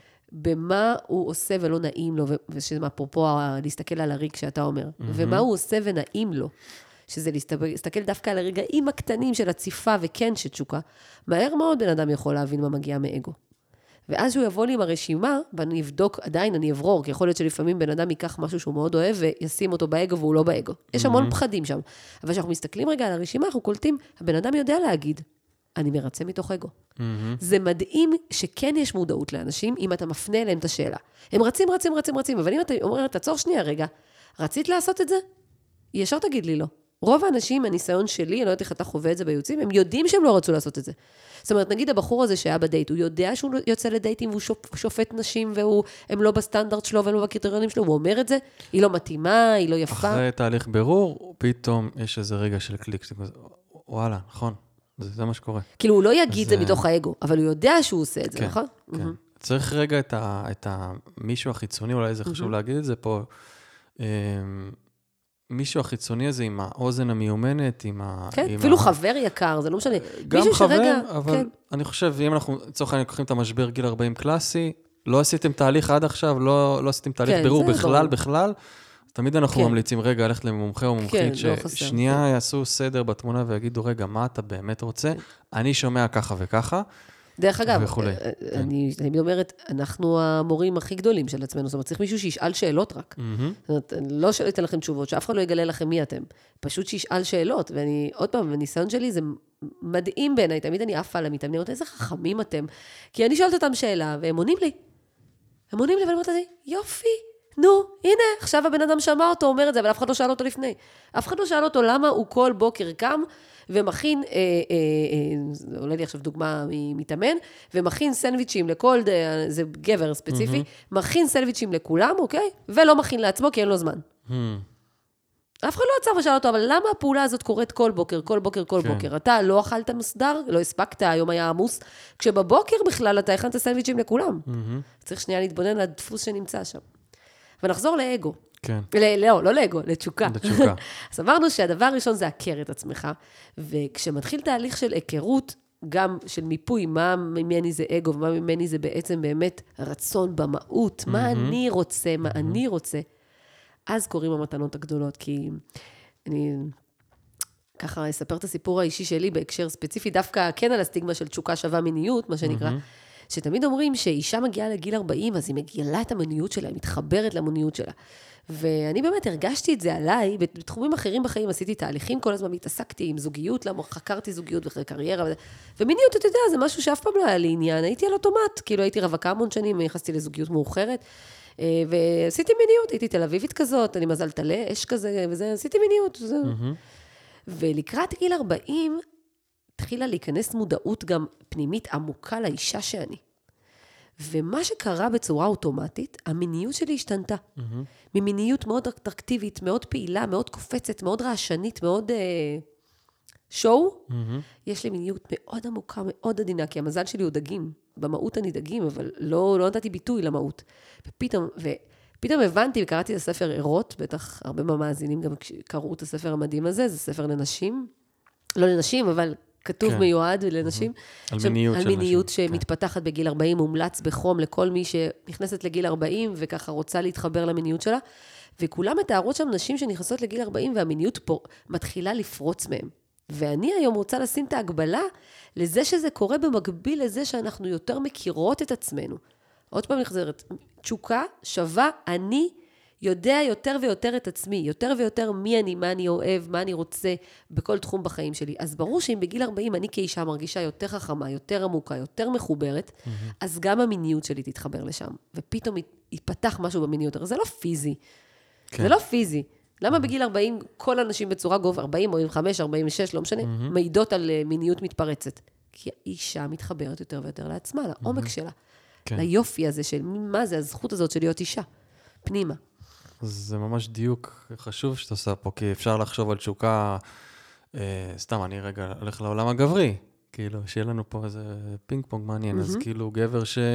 במה הוא עושה ולא נעים לו, ושמה אפרופו להסתכל על הריק שאתה אומר, mm-hmm. ומה הוא עושה ונעים לו. שזה להסתכל דווקא על הרגעים הקטנים של הציפה וכן שתשוקה, מהר מאוד בן אדם יכול להבין מה מגיע מאגו. ואז שהוא יבוא לי עם הרשימה, ואני אבדוק, עדיין אני אברור, כי יכול להיות שלפעמים בן אדם ייקח משהו שהוא מאוד אוהב, וישים אותו באגו והוא לא באגו. יש המון פחדים שם. אבל כשאנחנו מסתכלים רגע על הרשימה, אנחנו קולטים, הבן אדם יודע להגיד, אני מרצה מתוך אגו. זה מדהים שכן יש מודעות לאנשים, אם אתה מפנה אליהם את השאלה. הם רצים, רצים, רצים, רצים, אבל אם אתה אומר, תעצור שנייה רגע, רצית לעשות את זה? ישר תגיד לי לא. רוב האנשים, הניסיון שלי, אני לא יודעת איך אתה חווה את זה ביוצאים, הם יודעים שהם לא רצו לעשות את זה. זאת אומרת, נגיד הבחור הזה שהיה בדייט, הוא יודע שהוא יוצא לדייטים והוא שופט נשים, והם לא בסטנדרט שלו והם לא בקריטריונים שלו, הוא אומר את זה, היא לא מתאימה, היא לא יפה. אחרי תהליך בירור, פתאום יש איזה רגע של קליק, וואלה, נכון, זה, זה מה שקורה. כאילו, הוא לא יגיד זה מתוך האגו, אבל הוא יודע שהוא עושה את זה, כן, נכון? כן. צריך רגע את, ה, את המישהו החיצוני, אולי זה חשוב להגיד את זה פה, מישהו החיצוני הזה עם האוזן המיומנת, עם ה... כן, אפילו חבר יקר, זה לא משנה. גם חבר, אבל אני חושב, אם אנחנו, לצורך העניין, לוקחים את המשבר גיל ארבעים קלאסי, לא עשיתם תהליך עד עכשיו, לא עשיתם תהליך בירור בכלל, בכלל, תמיד אנחנו ממליצים, רגע, ללכת למומחה או מומחית, ששנייה יעשו סדר בתמונה ויגידו, רגע, מה אתה באמת רוצה? אני שומע ככה וככה, דרך אגב, אני תמיד אומרת, אנחנו המורים הכי גדולים של עצמנו, זאת אומרת, צריך מישהו שישאל שאלות רק. זאת אומרת, לא שאתן לכם תשובות, שאף אחד לא יגלה לכם מי אתם. פשוט שישאל שאלות, ואני, עוד פעם, בניסיון שלי, זה מדהים בעיניי, תמיד אני עפה על המתאמנים, איזה חכמים אתם. כי אני שואלת אותם שאלה, והם עונים לי. הם עונים לי, ואני אומרת לי, יופי, נו, הנה, עכשיו הבן אדם שמע אותו, אומר את זה, אבל אף אחד לא שאל אותו לפני. אף אחד לא שאל אותו למה הוא כל בוקר קם, ומכין, אה, אה, אה, עולה לי עכשיו דוגמה מתאמן, ומכין סנדוויצ'ים לכל, זה גבר ספציפי, mm-hmm. מכין סנדוויצ'ים לכולם, אוקיי? ולא מכין לעצמו, כי אין לו זמן. Mm-hmm. אף אחד לא עצר ושאל אותו, אבל למה הפעולה הזאת קורית כל בוקר, כל בוקר, כל כן. בוקר? אתה לא אכלת מסדר, לא הספקת, היום היה עמוס, כשבבוקר בכלל אתה הכנת סנדוויצ'ים לכולם. Mm-hmm. צריך שנייה להתבונן על הדפוס שנמצא שם. ונחזור לאגו. כן. לא, לא לאגו, לתשוקה. לתשוקה. אז אמרנו שהדבר הראשון זה הכר את עצמך, וכשמתחיל תהליך של היכרות, גם של מיפוי, מה ממני זה אגו, ומה ממני זה בעצם באמת רצון במהות, מה אני רוצה, מה אני רוצה, אז קוראים המתנות הגדולות, כי אני ככה אספר את הסיפור האישי שלי בהקשר ספציפי, דווקא כן על הסטיגמה של תשוקה שווה מיניות, מה שנקרא, שתמיד אומרים שאישה מגיעה לגיל ארבעים, אז היא מגיעה את המיניות שלה, היא מתחברת למיניות שלה. ואני באמת הרגשתי את זה עליי, בתחומים אחרים בחיים עשיתי תהליכים, כל הזמן התעסקתי עם זוגיות, למה חקרתי זוגיות וקריירה, ומיניות, אתה יודע, זה משהו שאף פעם לא היה לי עניין, הייתי על אוטומט, כאילו הייתי רווקה המון שנים, נכנסתי לזוגיות מאוחרת, ועשיתי מיניות, הייתי תל אביבית כזאת, אני מזל תלה, אש כזה, וזה, עשיתי מיניות, זה. ולקראת גיל ארבעים, התחילה להיכנס מודעות גם פנימית עמוקה לאישה שאני. ומה שקרה בצורה אוטומטית, המיניות שלי השתנתה. Mm-hmm. ממיניות מאוד אטרקטיבית, מאוד פעילה, מאוד קופצת, מאוד רעשנית, מאוד uh, שואו. Mm-hmm. יש לי מיניות מאוד עמוקה, מאוד עדינה, כי המזל שלי הוא דגים. במהות אני דגים, אבל לא, לא נתתי ביטוי למהות. ופתאום, ופתאום הבנתי, וקראתי את הספר עירות, בטח הרבה מהמאזינים גם קראו את הספר המדהים הזה, זה ספר לנשים. לא לנשים, אבל... כתוב כן. מיועד לנשים. על מיניות של נשים. על מיניות שמתפתחת כן. בגיל ארבעים, מומלץ בחום לכל מי שנכנסת לגיל ארבעים, וככה רוצה להתחבר למיניות שלה. וכולם מתארות שם נשים שנכנסות לגיל ארבעים, והמיניות פה מתחילה לפרוץ מהם. ואני היום רוצה לשים את ההגבלה לזה שזה קורה במקביל לזה שאנחנו יותר מכירות את עצמנו. עוד פעם נחזרת, תשוקה שווה אני יודע יותר ויותר את עצמי, יותר ויותר מי אני, מה אני אוהב, מה אני רוצה בכל תחום בחיים שלי. אז ברור שאם בגיל ארבעים אני כאישה מרגישה יותר חכמה, יותר עמוקה, יותר מחוברת, mm-hmm. אז גם המיניות שלי תתחבר לשם. ופתאום יתפתח משהו במיניות. זה לא פיזי. כן. זה לא פיזי. למה mm-hmm. בגיל ארבעים כל אנשים בצורה גוב, ארבעים, ארבעים וחמש, ארבעים ושש, לא משנה, mm-hmm. מעידות על מיניות מתפרצת? כי האישה מתחברת יותר ויותר לעצמה, לעומק mm-hmm. שלה. כן. ליופי הזה של מה זה הזכות הזאת של להיות אישה. פנימה. זה ממש דיוק חשוב שאתה עושה פה, כי אפשר לחשוב על תשוקה, אה, סתם, אני רגע הולך לעולם הגברי, כאילו, שיהיה לנו פה איזה פינג פונג מעניין, mm-hmm. אז כאילו גבר ש...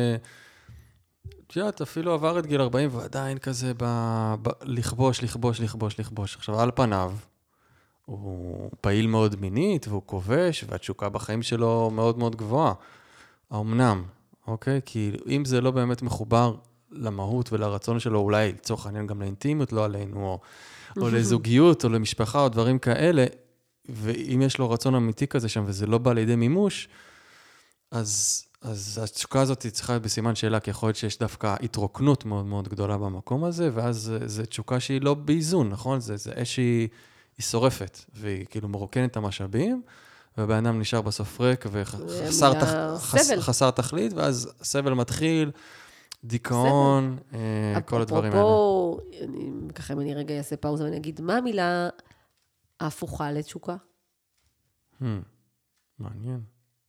תשעת, אפילו עבר את גיל ארבעים, ועדיין כזה ב... ב... לכבוש, לכבוש, לכבוש, לכבוש. עכשיו, על פניו, הוא פעיל מאוד מינית, והוא כובש, והתשוקה בחיים שלו מאוד מאוד גבוהה. האמנם, אוקיי? כי אם זה לא באמת מחובר למהות ולרצון שלו, אולי לצורך העניין גם לאינטימיות, לא עלינו, או, או לזוגיות, או למשפחה, או דברים כאלה, ואם יש לו רצון אמיתי כזה שם, וזה לא בא לידי מימוש, אז, אז התשוקה הזאת צריכה להיות בסימן שאלה, כי יכול להיות שיש דווקא התרוקנות מאוד מאוד גדולה במקום הזה, ואז זו תשוקה שהיא לא באיזון, נכון? זה, זה אש שהיא שורפת, והיא כאילו מרוקנת את המשאבים, והבן אדם נשאר בסוף ריק, וחסר תח... חס... חסר תכלית, ואז הסבל מתחיל, דיכאון, אה, כל הדברים האלה. אפרופו, ככה אם אני רגע אעשה פאוזה ואני אגיד, מה המילה ההפוכה לתשוקה? Hmm, מעניין.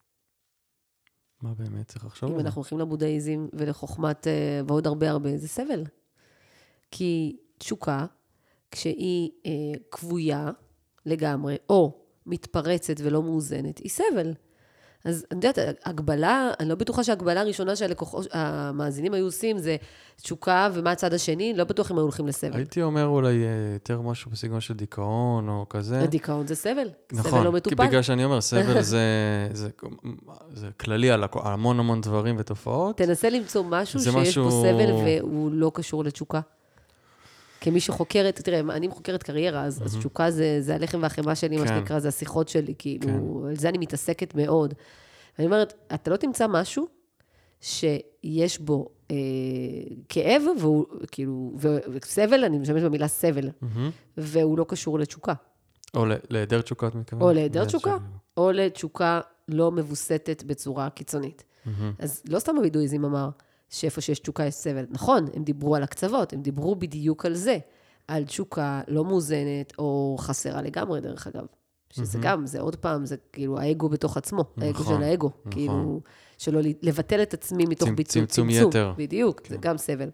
מה באמת צריך לחשוב? אם אנחנו הולכים לבודהיזם ולחוכמת, ועוד הרבה הרבה, זה סבל. כי תשוקה, כשהיא אה, קבויה לגמרי, או מתפרצת ולא מאוזנת, היא סבל. אז אני יודעת, הגבלה, אני לא בטוחה שההגבלה הראשונה שהמאזינים היו עושים, זה תשוקה ומה הצד השני, לא בטוח אם היו הולכים לסבל. הייתי אומר אולי יותר משהו בסגנון של דיכאון או כזה. דיכאון זה סבל, נכון, סבל לא מטופל. כי בגלל שאני אומר, סבל זה, זה, זה כללי על המון המון דברים ותופעות. תנסה למצוא משהו שיש משהו... בו סבל והוא לא קשור לתשוקה. כמי שחוקרת, תראה, אני מחוקרת קריירה, אז, mm-hmm. אז תשוקה זה, זה הלחם והחמה שלי, כן. מה שנקרא, זה השיחות שלי, כאילו, כן. על זה אני מתעסקת מאוד. ואני אומרת, אתה לא תמצא משהו שיש בו אה, כאב, והוא, כאילו, וסבל, אני משתמש במילה סבל, mm-hmm. והוא לא קשור לתשוקה. או להיעדר תשוקה, את מכירה? או להיעדר תשוקה, או לתשוקה לא מבוסתת בצורה קיצונית. Mm-hmm. אז לא סתם הוידואיזם אמר, שאיפה שיש תשוקה יש סבל. נכון, הם דיברו על הקצוות, הם דיברו בדיוק על זה, על תשוקה לא מאוזנת, או חסרה לגמרי, דרך אגב. שזה גם, זה עוד פעם, זה כאילו האגו בתוך עצמו, האגו של האגו. כאילו, שלא לבטל את עצמי מתוך ביצוע. צמצום יתר. בדיוק, זה גם סבל.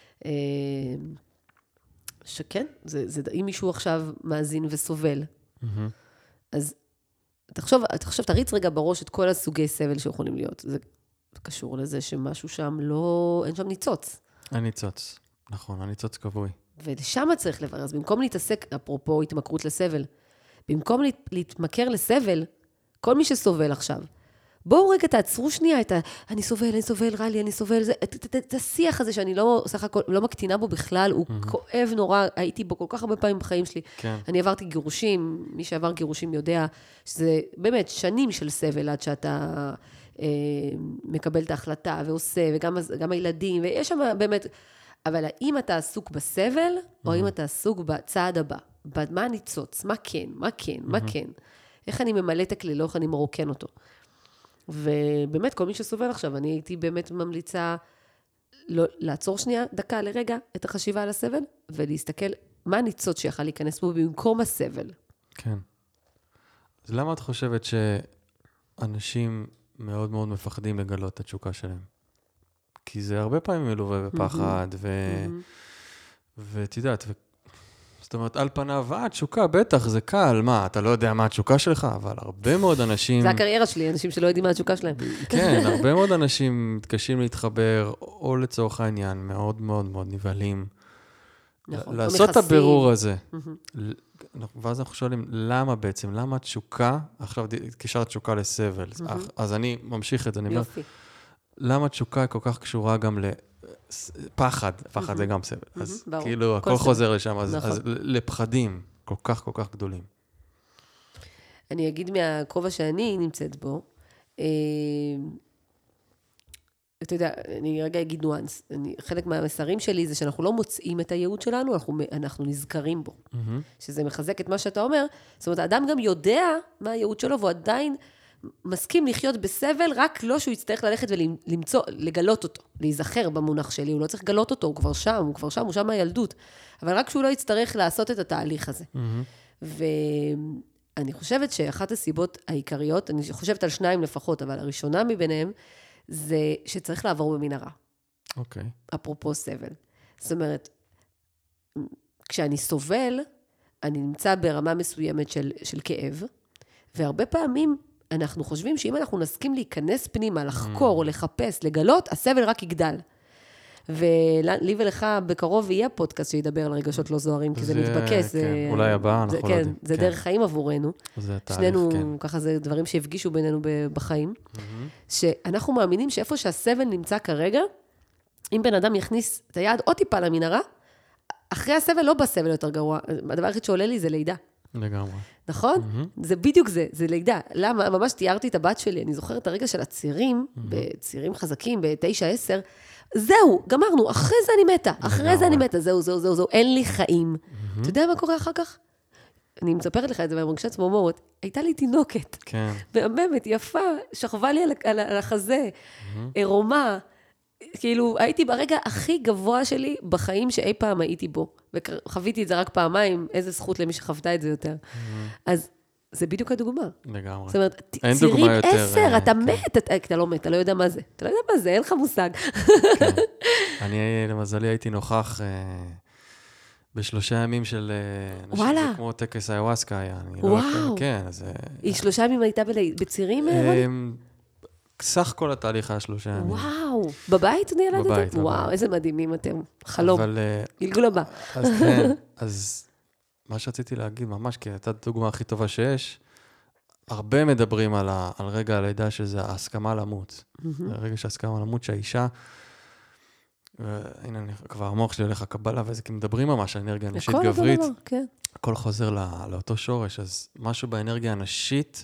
שכן, אם מישהו עכשיו מאזין וסובל, אז תחשוב, תחשוב, תריץ רגע בראש את כל הסוגי סבל שיכולים להיות. זה קשור לזה שמשהו שם לא, אין שם ניצוץ. אין ניצוץ, נכון, הניצוץ קבוי. ולשם צריך לברר, אז במקום להתעסק, אפרופו התמכרות לסבל, במקום להת, להתמכר לסבל, כל מי שסובל עכשיו, בואו רגע תעצרו שנייה את ה, אני סובל, אני סובל, רע לי, אני סובל, זה, את, את, את השיח הזה שאני לא, סך הכל, לא מקטינה בו בכלל, הוא mm-hmm. כואב נורא, הייתי בו כל כך הרבה פעמים בחיים שלי. כן. אני עברתי גירושים, מי שעבר גירושים יודע, שזה באמת שנים של סבל עד שאתה אה, מקבל את ההחלטה ועושה, וגם גם הילדים, ויש שם באמת, אבל האם אתה עסוק בסבל, mm-hmm. או האם אתה עסוק בצעד הבא? מה הניצוץ? מה כן? מה כן? Mm-hmm. מה כן? איך אני ממלא את הכלי, לא איך אני מרוקן אותו? ובאמת, כל מי שסובל עכשיו, אני הייתי באמת ממליצה לא, לעצור שנייה, דקה לרגע, את החשיבה על הסבל, ולהסתכל מה הניצוץ שיכל להיכנס בו במקום הסבל. כן. אז למה את חושבת שאנשים מאוד מאוד מפחדים לגלות את התשוקה שלהם? כי זה הרבה פעמים מלווה בפחד, ו... ואת יודעת, ו... זאת אומרת, על פניו, אה, תשוקה, בטח, זה קל, מה, אתה לא יודע מה התשוקה שלך, אבל הרבה מאוד אנשים... זה הקריירה שלי, אנשים שלא יודעים מה התשוקה שלהם. כן, הרבה מאוד אנשים מתקשים להתחבר, או לצורך העניין, מאוד מאוד מאוד נבהלים. נכון. לעשות את הבירור הזה. ואז אנחנו שואלים, למה בעצם, למה התשוקה, עכשיו קישרת תשוקה לסבל, אז אני ממשיך את זה, אני אומר, למה תשוקה כל כך קשורה גם ל... פחד, פחד זה גם סבל. אז כאילו, הכל חוזר לשם, אז לפחדים כל כך, כל כך גדולים. אני אגיד מהכובע שאני נמצאת בו, אתה יודע, אני רגע אגיד נואנס, חלק מהמסרים שלי זה שאנחנו לא מוצאים את הייעוד שלנו, אנחנו נזכרים בו. שזה מחזק את מה שאתה אומר, זאת אומרת, האדם גם יודע מה הייעוד שלו, והוא עדיין מסכים לחיות בסבל, רק לא שהוא יצטרך ללכת ולמצוא, לגלות אותו, להיזכר במונח שלי, הוא לא צריך לגלות אותו, הוא כבר שם, הוא כבר שם, הוא שם מהילדות, אבל רק שהוא לא יצטרך לעשות את התהליך הזה. Mm-hmm. ואני חושבת שאחת הסיבות העיקריות, אני חושבת על שניים לפחות, אבל הראשונה מביניהם, זה שצריך לעבור במנהרה. אוקיי. Okay. אפרופו סבל. זאת אומרת, כשאני סובל, אני נמצא ברמה מסוימת של, של כאב, והרבה פעמים, אנחנו חושבים שאם אנחנו נסכים להיכנס פנימה, לחקור, mm. לחפש, לגלות, הסבל רק יגדל. ולי ולך בקרוב יהיה פודקאסט שידבר על רגשות לא זוהרים, כי זה, זה מתבקש. כן, זה, אולי הבא, אנחנו זה, לא כן, יודעים. זה כן. דרך חיים עבורנו. זה תהליך, שנינו, כן. ככה זה דברים שהפגישו בינינו בחיים, mm-hmm. שאנחנו מאמינים שאיפה שהסבל נמצא כרגע, אם בן אדם יכניס את היד עוד טיפה למנהרה, אחרי הסבל לא בסבל יותר גרוע. הדבר הכי שעולה לי זה לידה. לגמרי. נכון? Mm-hmm. זה בדיוק זה, זה לידה. למה? ממש תיארתי את הבת שלי, אני זוכרת את הרגע של הצירים, mm-hmm. בצירים חזקים, ב-תשע עשר, זהו, גמרנו, אחרי זה אני מתה, אחרי לגמרי. זה אני מתה, זהו, זהו, זהו, זהו, אין לי חיים. Mm-hmm. אתה יודע מה קורה אחר כך? אני מספרת לך את זה, ואני מרגישה צמרמורת, הייתה לי תינוקת, כן. מהממת, יפה, שכבה לי על, על, על החזה, mm-hmm. עירומה, כאילו, הייתי ברגע הכי גבוה שלי בחיים שאי פעם הייתי בו, וחוויתי את זה רק פעמיים, איזה זכות למי שחוותה את זה יותר. אז זה בדיוק הדוגמה. לגמרי. זאת אומרת, צירים עשר, אתה מת, אתה לא מת, אתה לא יודע מה זה. אתה לא יודע מה זה, אין לך מושג. אני, למזלי, הייתי נוכח בשלושה ימים של... וואלה. זה כמו טקס האיוואסקה היה. וואו. כן, אז... היא שלושה ימים הייתה בצירים, רוני? סך כל התהליך היה שלושה ימים. וואו, בבית נילדתם? בבית, וואו, איזה מדהימים אתם. חלום. גלגול הבא. אז כן, אז מה שרציתי להגיד ממש, כי הייתה הדוגמה הכי טובה שיש, הרבה מדברים על, ה, על רגע הלידה שזה ההסכמה למות. הרגע שההסכמה למות שהאישה, והנה, כבר המוח שלי הולך הקבלה, וזה כי מדברים ממש על אנרגיה נשית גברית. כן. הכל חוזר לא, לאותו שורש, אז משהו באנרגיה הנשית,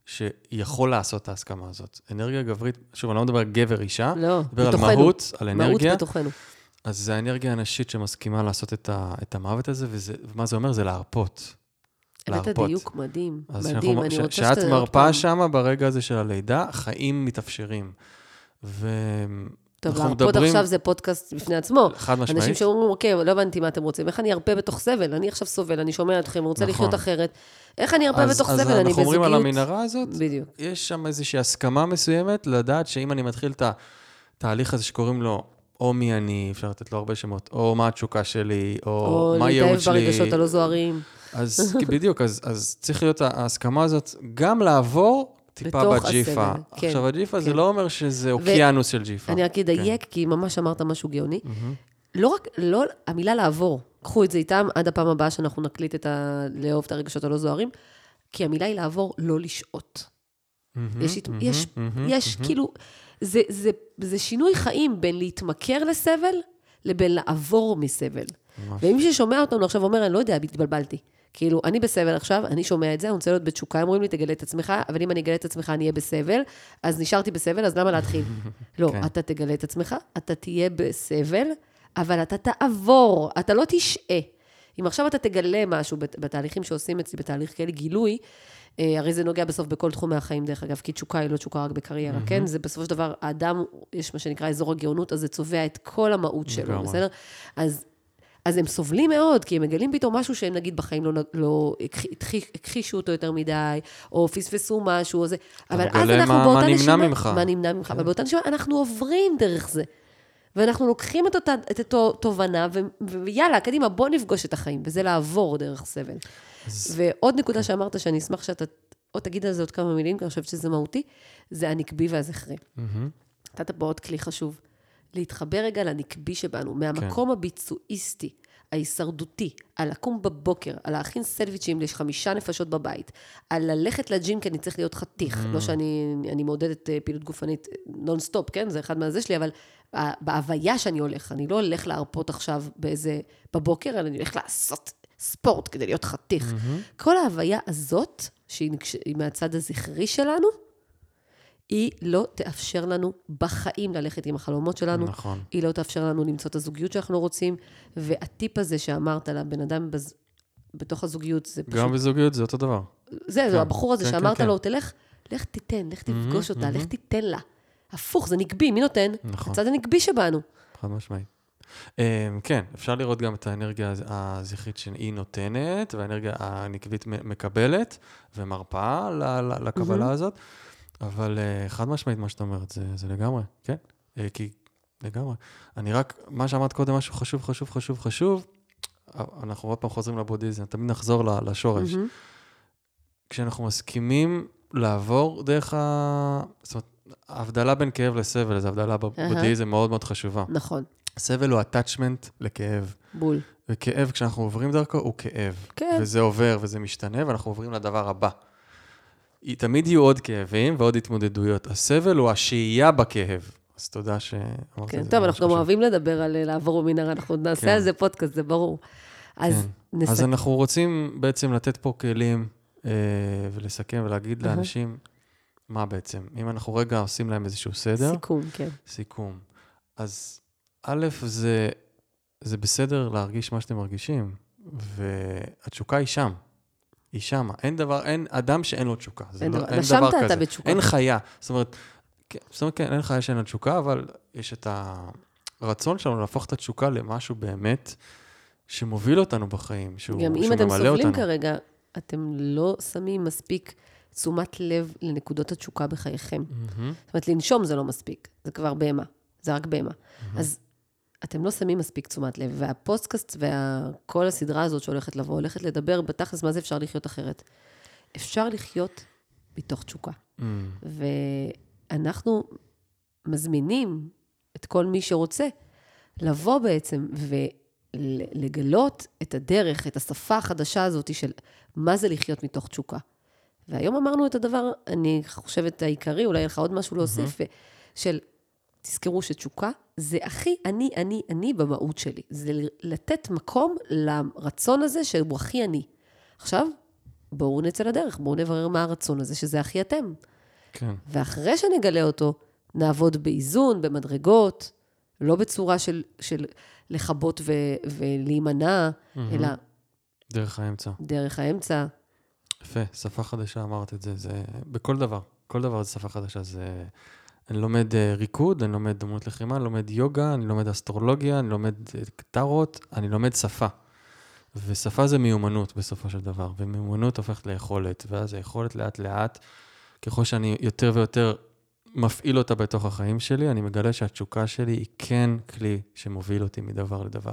שיכול לעשות את ההסכמה הזאת. אנרגיה גברית, שוב, אני לא מדבר על גבר אישה, לא, מדבר על מהות, על אנרגיה. מהות בתוכנו. אז זה האנרגיה הנשית שמסכימה לעשות את, ה, את המוות הזה, וזה, ומה זה אומר? זה להרפות. הבאת דיוק מדהים, מדהים. שאנחנו, אני רוצה שאת מרפאה שם ברגע הזה של הלידה, חיים מתאפשרים. ו... טוב, להרפות עכשיו זה פודקאסט בפני עצמו. חד משמעית. אנשים שאומרים, אוקיי, לא הבנתי מה אתם רוצים, איך אני ארפה בתוך סבל? אני עכשיו סובל, אני שומע אתכם, רוצה נכון. לחיות אחרת. איך אני ארפה בתוך סבל? אני בזוגיות. אז אנחנו אומרים על המנהרה הזאת, בדיוק. יש שם איזושהי הסכמה מסוימת, לדעת שאם אני מתחיל את התהליך הזה שקוראים לו, או מי אני, אפשר לתת לו הרבה שמות, או מה התשוקה שלי, או מה הייעוד שלי. או להתאהב ברגשות הלא זוהרים. אז בדיוק, אז, אז צריך להיות ההסכמה הזאת, גם לעבור טיפה בג'יפה. כן, עכשיו, הג'יפה כן. זה לא אומר שזה אוקיינוס של ג'יפה. אני רק אדייק, כן. כי ממש אמרת משהו גאוני. Mm-hmm. לא רק, לא, המילה לעבור, קחו את זה איתם, עד הפעם הבאה שאנחנו נקליט את ה... לאהוב את הרגשות הלא זוהרים, כי המילה היא לעבור, לא לשעות. Mm-hmm, יש, mm-hmm, יש, mm-hmm, יש mm-hmm. כאילו, זה, זה, זה שינוי חיים בין להתמכר לסבל, לבין לעבור מסבל. ממש. ואם ששומע אותנו עכשיו אומר, אני לא יודע, התבלבלתי. כאילו, אני בסבל עכשיו, אני שומע את זה, אני רוצה להיות בתשוקה, הם אומרים לי, תגלה את עצמך, אבל אם אני אגלה את עצמך, אני אהיה בסבל, אז נשארתי בסבל, אז למה להתחיל? לא, כן. אתה תגלה את עצמך, אתה תהיה בסבל, אבל אתה תעבור, אתה לא תשעה. אם עכשיו אתה תגלה משהו בתהליכים שעושים אצלי, בתהליך כאלה גילוי, הרי זה נוגע בסוף בכל תחום מהחיים, דרך אגב, כי תשוקה היא לא תשוקה רק בקריירה, כן? זה בסופו של דבר, האדם, יש מה שנקרא אזור הגאונות, אז זה צובע את כל המהות שלו, בסדר? אז אז הם סובלים מאוד, כי הם מגלים פתאום משהו שהם נגיד בחיים לא, לא הכחישו אותו יותר מדי, או פספסו משהו, או זה. אבל אז אנחנו מה, באותה מה נשימה... נמנע ממך. מה נמנע ממך. אבל באותה נשימה אנחנו עוברים דרך זה. ואנחנו לוקחים את אותה את תובנה, ויאללה, קדימה, בוא נפגוש את החיים, וזה לעבור דרך סבל. אז... ועוד נקודה שאמרת, שאני אשמח שאתה, או תגיד על זה עוד כמה מילים, כי אני חושבת שזה מהותי, זה הנקבי והזכרי. נתת פה עוד כלי חשוב. להתחבר רגע לנקבי שבנו, מהמקום הביצועיסטי, ההישרדותי, על לקום בבוקר, על להכין סנדוויצ'ים לחמישה נפשות בבית, על ללכת לג'ים, כי אני צריך להיות חתיך, לא שאני אני מעודדת פעילות גופנית נונסטופ, כן? זה אחד מהזה שלי, אבל בהוויה שאני הולך, אני לא הולך להרפות עכשיו באיזה בבוקר, אלא אני הולך לעשות ספורט כדי להיות חתיך. כל ההוויה הזאת, שהיא מהצד הזכרי שלנו, היא לא תאפשר לנו בחיים ללכת עם החלומות שלנו. נכון. היא לא תאפשר לנו למצוא את הזוגיות שאנחנו רוצים, והטיפ הזה שאמרת לבן אדם בז... בתוך הזוגיות, זה פשוט... גם בזוגיות זה אותו דבר. זה, כן. זה הבחור הזה כן, שאמרת כן, לו, כן. תלך, לך תיתן, לך תפגוש mm-hmm, אותה, mm-hmm. לך תיתן לה. הפוך, זה נקבי, מי נותן? נכון. הצד הנקבי שבנו. חד משמעית. כן, אפשר לראות גם את האנרגיה הזכרית שהיא נותנת, והאנרגיה הנקבית מקבלת, ומרפאה לקבלה הזאת. אבל חד משמעית מה שאתה אומרת, זה, זה לגמרי, כן? כי לגמרי. אני רק, מה שאמרת קודם, משהו חשוב, חשוב, חשוב, חשוב, אנחנו עוד פעם חוזרים לבודהיזם, תמיד נחזור לשורש. Mm-hmm. כשאנחנו מסכימים לעבור דרך ה... זאת אומרת, ההבדלה בין כאב לסבל, זו הבדלה בבודהיזם uh-huh. מאוד מאוד חשובה. נכון. סבל הוא attachment לכאב. בול. וכאב, כשאנחנו עוברים דרכו, הוא כאב. כאב. וזה עובר וזה משתנה, ואנחנו עוברים לדבר הבא. תמיד יהיו עוד כאבים ועוד התמודדויות. הסבל הוא השהייה בכאב. אז תודה שאמרת את זה. כן, טוב, אנחנו גם אוהבים לדבר על לעבור במנהרה, אנחנו נעשה על זה פודקאסט, זה ברור. אז נסכם. אז אנחנו רוצים בעצם לתת פה כלים, ולסכם ולהגיד לאנשים, מה בעצם? אם אנחנו רגע עושים להם איזשהו סדר. סיכום, כן. סיכום. אז א', זה, זה בסדר להרגיש מה שאתם מרגישים, והתשוקה היא שם. היא שם. אין דבר, אין אדם שאין לו תשוקה. אין לא, דבר, אין נשמת דבר אתה כזה. בתשוקה. אין חיה. זאת אומרת, זאת אומרת, כן, אין חיה שאין לה תשוקה, אבל יש את הרצון שלנו להפוך את התשוקה למשהו באמת שמוביל אותנו בחיים, שהוא, שהוא ממלא אותנו. גם אם אתם סובלים כרגע, אתם לא שמים מספיק תשומת לב לנקודות התשוקה בחייכם. Mm-hmm. זאת אומרת, לנשום זה לא מספיק, זה כבר בהמה, זה רק בהמה. Mm-hmm. אז אתם לא שמים מספיק תשומת לב, והפודקאסט וכל הסדרה הזאת שהולכת לבוא, הולכת לדבר בתכלס מה זה אפשר לחיות אחרת. אפשר לחיות מתוך תשוקה. Mm-hmm. ואנחנו מזמינים את כל מי שרוצה לבוא בעצם ולגלות את הדרך, את השפה החדשה הזאת של מה זה לחיות מתוך תשוקה. והיום אמרנו את הדבר, אני חושבת העיקרי, אולי לך עוד משהו להוסיף, mm-hmm. של תזכרו שתשוקה זה הכי אני, אני, אני במהות שלי. זה לתת מקום לרצון הזה שהוא הכי אני. עכשיו, בואו נצא לדרך, בואו נברר מה הרצון הזה, שזה הכי אתם. כן. ואחרי שנגלה אותו, נעבוד באיזון, במדרגות, לא בצורה של, של לחבות ו, ולהימנע, mm-hmm. אלא... דרך האמצע. דרך האמצע. יפה, שפה חדשה, אמרת את זה, זה בכל דבר, כל דבר זה שפה חדשה, זה... אני לומד ריקוד, אני לומד דמות לחימה, אני לומד יוגה, אני לומד אסטרולוגיה, אני לומד קטרות, אני לומד שפה. ושפה זה מיומנות בסופו של דבר, ומיומנות הופכת ליכולת, ואז היכולת לאט לאט, ככל שאני יותר ויותר מפעיל אותה בתוך החיים שלי, אני מגלה שהתשוקה שלי היא כן כלי שמוביל אותי מדבר לדבר.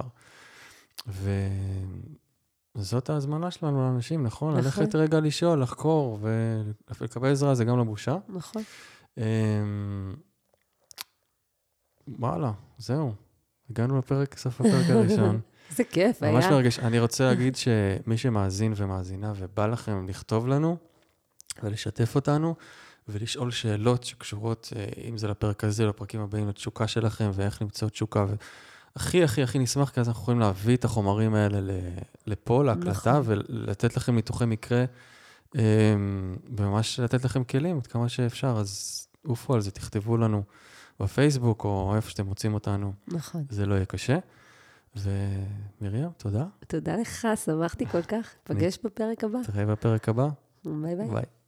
וזאת ההזמנה שלנו לאנשים, נכון? נכון. ללכת רגע לשאול, לחקור, ולקבל עזרה, זה גם לא בושה. נכון. וואלה, זהו. הגענו לפרק, סוף הפרק הראשון. זה כיף, היה. ממש מרגש. אני רוצה להגיד שמי שמאזין ומאזינה ובא לכם לכתוב לנו ולשתף אותנו ולשאול שאלות שקשורות, אם זה לפרק הזה, לפרקים הבאים, לתשוקה שלכם ואיך למצוא תשוקה. הכי, הכי, הכי נשמח, כי אז אנחנו יכולים להביא את החומרים האלה לפה, להקלטה, ולתת לכם ניתוחי מקרה, וממש לתת לכם כלים, עד כמה שאפשר. אז אופו על זה, תכתבו לנו בפייסבוק, או איפה שאתם מוצאים אותנו. נכון. זה לא יהיה קשה. ומרים, תודה. תודה לך, שמחתי כל כך. פגש בפרק הבא. תראה בפרק הבא. ביי ביי. ביי.